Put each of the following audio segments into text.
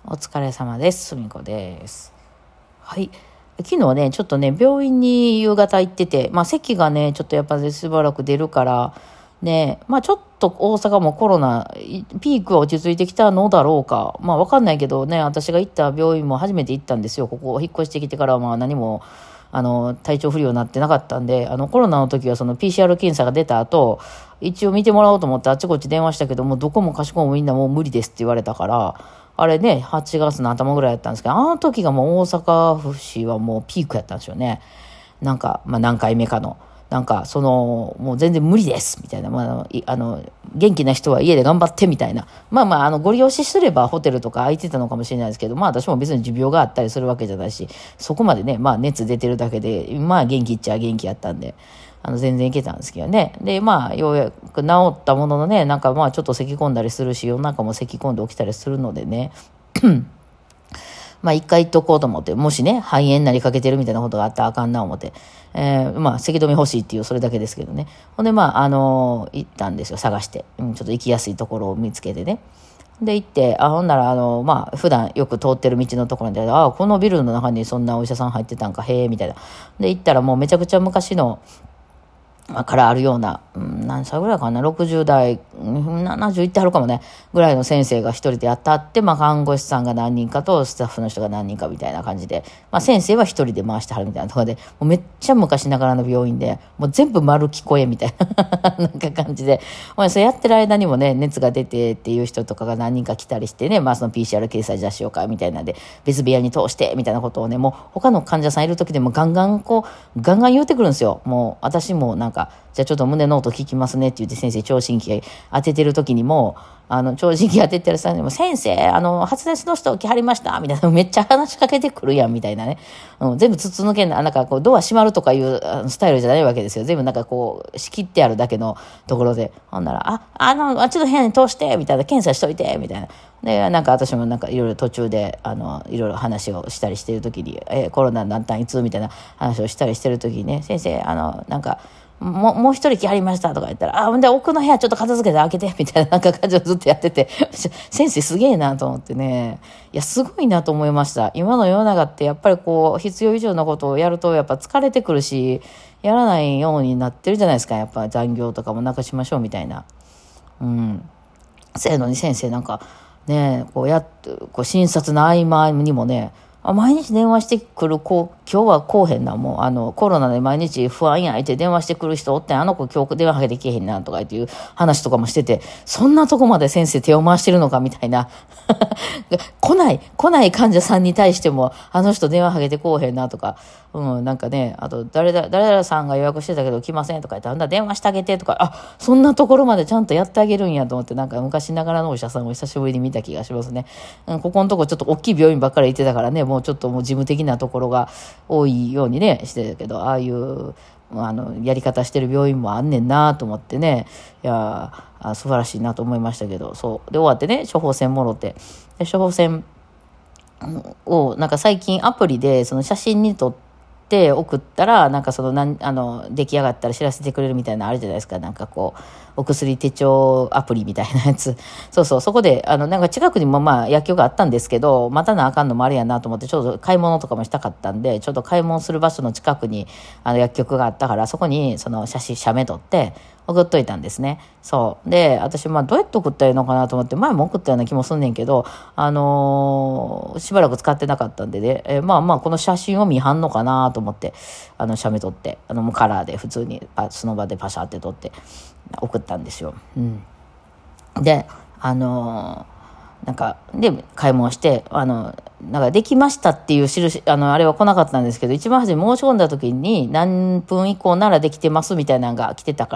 お疲れ様です。すみこです。はい。昨日ね、ちょっとね、病院に夕方行ってて、咳がね、ちょっとやっぱりしばらく出るから、ね、ちょっと大阪もコロナ、ピークは落ち着いてきたのだろうか。わかんないけどね、私が行った病院も初めて行ったんですよ。ここ引っ越してきてからは何も、体調不良になってなかったんで、コロナの時はその PCR 検査が出た後、一応見てもらおうと思ってあっちこっち電話したけど、もうどこもかしこもみんなもう無理ですって言われたから、あれね、8月の頭ぐらいやったんですけど、あの時がもう大阪府市はもうピークやったんですよね。何回目かの。もう全然無理です、みたいな。元気な人は家で頑張って、みたいな。ご利用しすればホテルとか空いてたのかもしれないですけど、私も別に持病があったりするわけじゃないし、そこまでね、熱出てるだけで、元気っちゃ元気やったんで、全然いけたんですけどね。で、ようやく治ったもののね、ちょっと咳込んだりするし、夜中も咳込んで起きたりするのでね。一回言っとこうと思って、もしね、肺炎になりかけてるみたいなことがあったらあかんな思って、咳止め欲しいっていう、それだけですけどね。ほんで、行ったんですよ、探して。ちょっと行きやすいところを見つけてね。で、行って、ほんなら、普段よく通ってる道のところで、このビルの中にそんなお医者さん入ってたんか、へえ、みたいな。で、行ったらもうめちゃくちゃ昔の、からあるような、何歳ぐらいかな、60代、70いってはるかもね、ぐらいの先生が一人でやってあって、看護師さんが何人かとスタッフの人が何人かみたいな感じで、先生は一人で回してはるみたいなところで、もうめっちゃ昔ながらの病院で、もう全部丸聞こえみたいな感じで、それやってる間にもね、熱が出てっていう人とかが何人か来たりしてね、その PCR 検査じゃしようかみたいなんで、別部屋に通してみたいなことをね、もう他の患者さんいる時でもガンガン言うてくるんですよ。もう私もじゃあちょっと胸の音聞きますねって言って先生聴診器当ててる時にも、聴診器当ててる先生にも、先生、発熱の人来はりましたみたいな、めっちゃ話しかけてくるやんみたいなね。全部筒抜けな、ドア閉まるとかいうスタイルじゃないわけですよ。全部仕切ってあるだけのところで。ほんなら、ちょっと部屋に通して、みたいな、検査しといて、みたいな。で、私もいろいろ途中で、いろいろ話をしたりしてる時に、コロナになったんいつみたいな話をしたりしてる時にね、先生、もう一人来はりましたとか言ったら、ほんで奥の部屋ちょっと片付けて開けて、みたいな感じをずっとやってて、先生すげえなと思ってね、いや、すごいなと思いました。今の世の中ってやっぱり必要以上のことをやるとやっぱ疲れてくるし、やらないようになってるじゃないですか。やっぱ残業とかもなくしましょうみたいな。せやのに先生ね、診察の合間にもね、毎日電話してくる今日は来おへんな、もうコロナで毎日不安やって電話してくる人おってん、今日電話かけてけえへんなとかっていう話とかもしてて、そんなとこまで先生手を回してるのかみたいな。来ない患者さんに対しても、あの人電話かけてこうへんなとか、あと誰々さんが予約してたけど来ませんとか言って、あんな電話してあげてとか、そんなところまでちゃんとやってあげるんやと思って、昔ながらのお医者さんを久しぶりに見た気がしますね。ここのとこちょっと大きい病院ばっかり行ってたからね、もうちょっともう事務的なところが多いようにねしてたけど、ああいうやり方してる病院もあんねんなと思ってね、いや素晴らしいなと思いましたけど、そうで終わってね、処方箋もろて、で処方箋を最近アプリでその写真に撮って送ったら出来上がったら知らせてくれるみたいなのあるじゃないですか。お薬手帳アプリみたいなやつ。そこで近くにも薬局があったんですけど、またなあかんのもあれやなと思って、ちょうど買い物とかもしたかったんで、ちょっと買い物する場所の近くに薬局があったから、そこにその写メ撮って送っといたんですね。そうで、私どうやって送ったらいいのかなと思って、前も送ったような気もすんねんけど、しばらく使ってなかったんでね、この写真を見はんのかなと思って、写メ撮って、もうカラーで普通にその場でパシャって撮って送ったんですよ。で、で、買い物して、できましたっていう印、あれは来なかったんですけど、一番初め申し込んだ時に、何分以降ならできてますみたいなのが来てたから、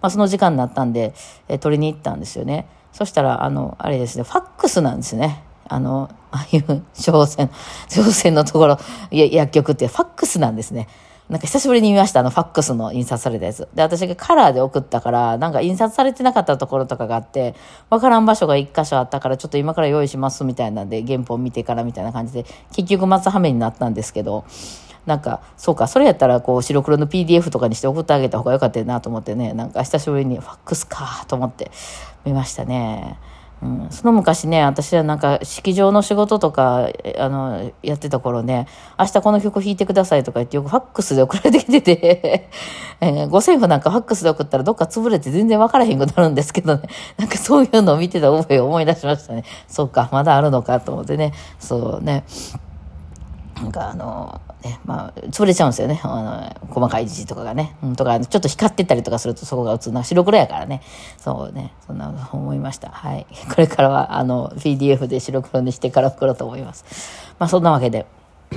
その時間になったんで、取りに行ったんですよね。そしたら、あれですね、ファックスなんですね。ああいう処方箋のところ、薬局ってファックスなんですね。久しぶりに見ました、ファックスの印刷されたやつ。で、私がカラーで送ったから、印刷されてなかったところとかがあって、わからん場所が一箇所あったから、ちょっと今から用意しますみたいなんで、原本見てからみたいな感じで、結局松はめになったんですけど、そうか、それやったら、白黒の PDF とかにして送ってあげた方がよかったなと思ってね、久しぶりにファックスかと思って見ましたね。 その昔ね、私はなんか式場の仕事とか、やってた頃ね、明日この曲弾いてくださいとか言ってよくファックスで送られてきてて、五線譜なんかファックスで送ったらどっか潰れて全然わからへんくなるんですけどね、なんかそういうのを見てた覚えを思い出しましたね。そうか、まだあるのかと思ってね、そうね。なんか潰れちゃうんですよね。細かい字とかがね。とか、ちょっと光ってたりとかするとそこが映るの白黒やからね。そうね。そんな思いました。はい。これからは、PDF で白黒にしてから送ろうと思います。そんなわけで、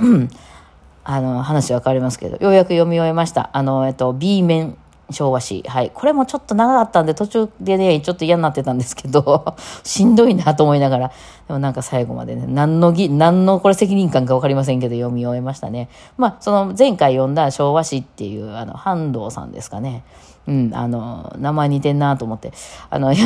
話は変わりますけど、ようやく読み終えました。B 面昭和史。はい。これもちょっと長かったんで、途中でね、ちょっと嫌になってたんですけど、しんどいなと思いながら、でもなんか最後までね、何のこれ責任感かわかりませんけど、読み終えましたね。その前回読んだ昭和史っていう、半藤さんですかね。名前似てんなと思って。その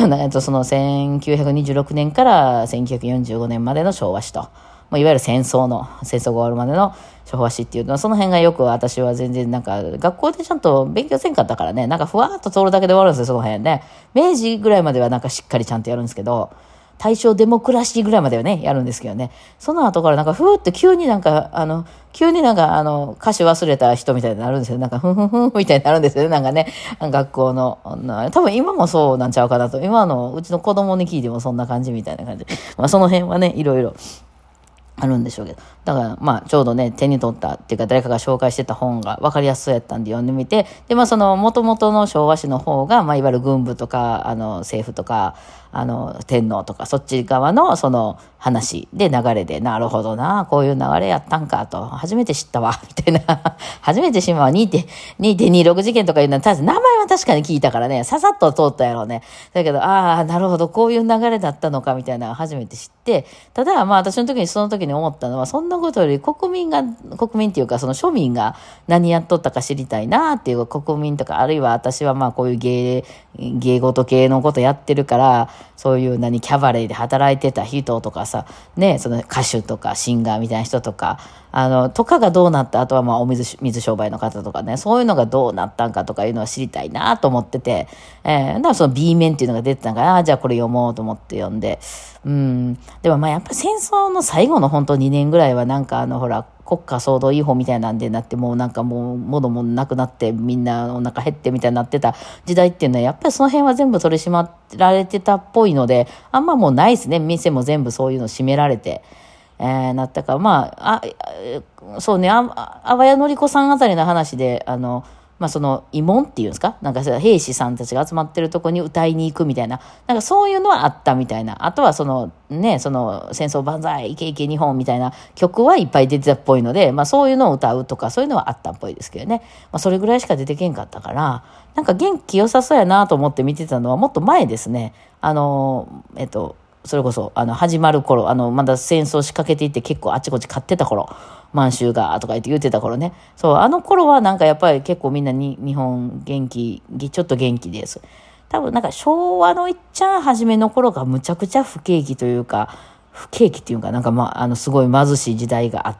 1926年から1945年までの昭和史と。いわゆる戦争が終わるまでの昭和史っていうのは、その辺がよく私は全然なんか、学校でちゃんと勉強せんかったからね、なんかふわーっと通るだけで終わるんですよ、その辺ね。明治ぐらいまではなんかしっかりちゃんとやるんですけど、大正デモクラシーぐらいまではね、やるんですけどね。その後からなんかふーって急になんか歌詞忘れた人みたいになるんですよ。なんかふんふんふんみたいになるんですよね。なんかね、学校の、多分今もそうなんちゃうかなと。今のうちの子供に聞いてもそんな感じみたいな感じ。その辺はね、いろいろあるんでしょうけど。だからちょうどね、手に取ったっていうか誰かが紹介してた本が分かりやすそうやったんで読んでみて、で、その元々の昭和史の方が、いわゆる軍部とか、政府とか、天皇とか、そっち側のその話で流れで、なるほどな、こういう流れやったんかと、初めて知ったわ、みたいな。初めて知ったわ、2.26事件とかいうのは、名前は確かに聞いたからね、ささっと通ったやろうね。だけど、なるほど、こういう流れだったのか、みたいなのを初めて知って、ただ、私の時にその時に思ったのは、そんなことより国民っていうか、その庶民が何やっとったか知りたいなっていう国民とか、あるいは私はこういう芸事系のことやってるから、そういうキャバレーで働いてた人とかさ、ね、その歌手とかシンガーみたいな人とか、とかがどうなった、あとは水商売の方とかね、そういうのがどうなったんかとかいうのは知りたいなと思ってて、だからその B 面っていうのが出てたから、じゃあこれ読もうと思って読んで、でもやっぱ戦争の最後の本当2年ぐらいはなんかほら、国家総動員法みたいなんでなって、もうなんかもう物もなくなってみんなお腹減ってみたいになってた時代っていうのはやっぱりその辺は全部取り締まられてたっぽいので、あんまもうないですね。店も全部そういうの閉められて、なったからそうね、あわやのりこさんあたりの話でその慰問っていうんですか、なんか兵士さんたちが集まってるとこに歌いに行くみたいな、なんかそういうのはあったみたいな。あとはその戦争万歳イケイケ日本みたいな曲はいっぱい出てたっぽいので、そういうのを歌うとかそういうのはあったっぽいですけどね。それぐらいしか出てけんかったから、なんか元気良さそうやなと思って見てたのはもっと前ですね。それこそ始まる頃、まだ戦争仕掛けていって結構あちこち買ってた頃、満州がとか言ってた頃ね。そう、あの頃はなんかやっぱり結構みんなに日本ちょっと元気です。多分なんか昭和のいっちゃん初めの頃がむちゃくちゃ不景気っていうかなんかすごい貧しい時代があって、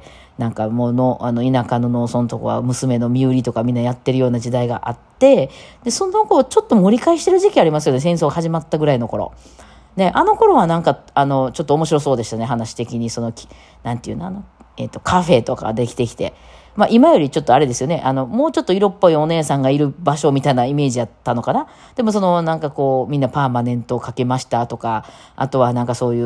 なんかもう田舎の農村とかは娘の身売りとかみんなやってるような時代があって、で、その後ちょっと盛り返してる時期ありますよね。戦争始まったぐらいの頃。ね、あの頃はなんか、ちょっと面白そうでしたね、話的に。なんていうの、カフェとかできてきて。今よりちょっとあれですよね、もうちょっと色っぽいお姉さんがいる場所みたいなイメージやったのかな。でもなんかこう、みんなパーマネントをかけましたとか、あとはなんかそういう、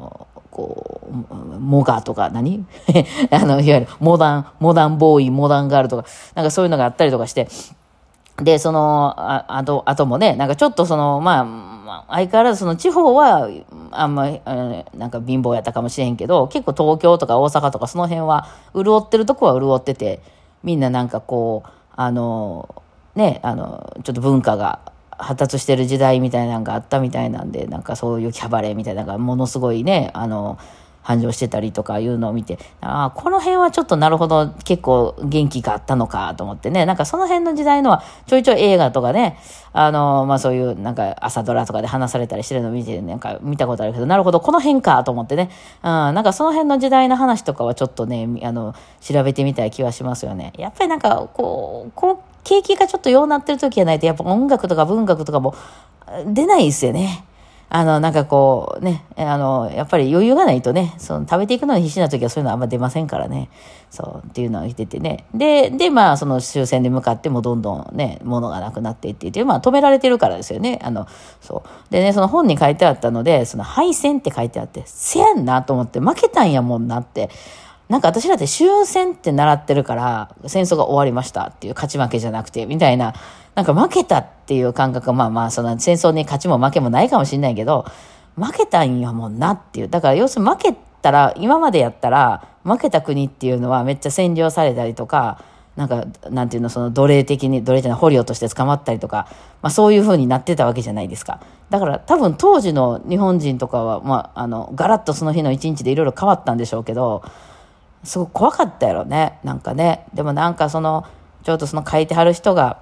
モガとかいわゆるモダンボーイ、モダンガールとか、なんかそういうのがあったりとかして、で、あともね、なんかちょっと相変わらず地方は、あんまり、なんか貧乏やったかもしれんけど、結構東京とか大阪とかその辺は、潤ってるとこは潤ってて、みんななんかこう、ちょっと文化が発達してる時代みたいなのがあったみたいなんで、なんかそういうキャバレーみたいなのがものすごいね、繁盛してたりとかいうのを見て、この辺はちょっとなるほど結構元気があったのかと思ってね、なんかその辺の時代のはちょいちょい映画とかね、そういうなんか朝ドラとかで話されたりしてるのを見て、なんか見たことあるけど、なるほどこの辺かと思ってね、なんかその辺の時代の話とかはちょっとね、調べてみたい気はしますよね。やっぱりなんかこう景気がちょっとようなってる時じゃないと、やっぱ音楽とか文学とかも出ないですよね。 なんかこうね、やっぱり余裕がないとね、食べていくのに必死な時はそういうのはあんま出ませんからね。っていうのを言っててね。で、まあ、その終戦に向かってもどんどんね、物がなくなっていって、まあ、止められてるからですよね。でね、その本に書いてあったので、敗戦って書いてあって、せやんなと思って、負けたんやもんなって。なんか私だって終戦って習ってるから、戦争が終わりましたっていう勝ち負けじゃなくて、みたいな、なんか負けたっていう感覚が、まあまあ、戦争に勝ちも負けもないかもしれないけど、負けたんやもんなっていう。だから要するに負けたら、今までやったら、負けた国っていうのはめっちゃ占領されたりとか、なんか、なんていうの、奴隷的に、奴隷じゃない、捕虜として捕まったりとか、まあそういう風になってたわけじゃないですか。だから多分当時の日本人とかは、まあ、ガラッとその日の一日でいろいろ変わったんでしょうけど、すごく怖かったやろね。なんかね。でもなんかちょうど書いてはる人が、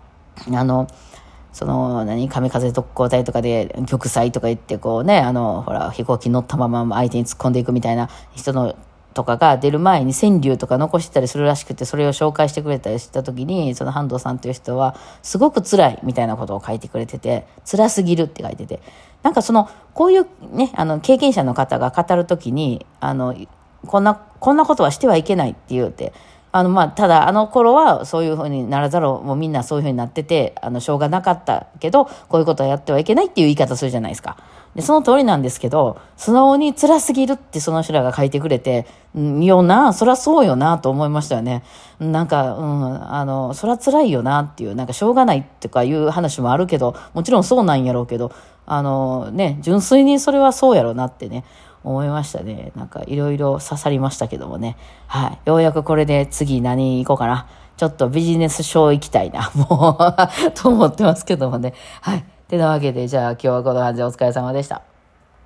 神風特攻隊とかで玉砕とか言ってこうね、ほら、飛行機乗ったまま相手に突っ込んでいくみたいな人の、とかが出る前に川柳とか残してたりするらしくて、それを紹介してくれたりした時に、その半藤さんという人は、すごく辛いみたいなことを書いてくれてて、辛すぎるって書いてて、なんかこういうね、経験者の方が語る時に、こんなことはしてはいけないって言うて、まあ、ただあの頃はそういうふうにならざるを、もうみんなそういうふうになってて、しょうがなかったけど、こういうことはやってはいけないっていう言い方するじゃないですか。で、その通りなんですけど、素直に辛すぎるってその人らが書いてくれて、よな、そらそうよなと思いましたよね。なんか、そら辛いよなっていう、なんかしょうがないとかいう話もあるけど、もちろんそうなんやろうけど、純粋にそれはそうやろうなってね、思いましたね。なんかいろいろ刺さりましたけどもね。はい。ようやくこれで次何行こうかな。ちょっとビジネス書行きたいな。もうと思ってますけどもね。はい。てなわけで、じゃあ今日はこの感じでお疲れ様でした。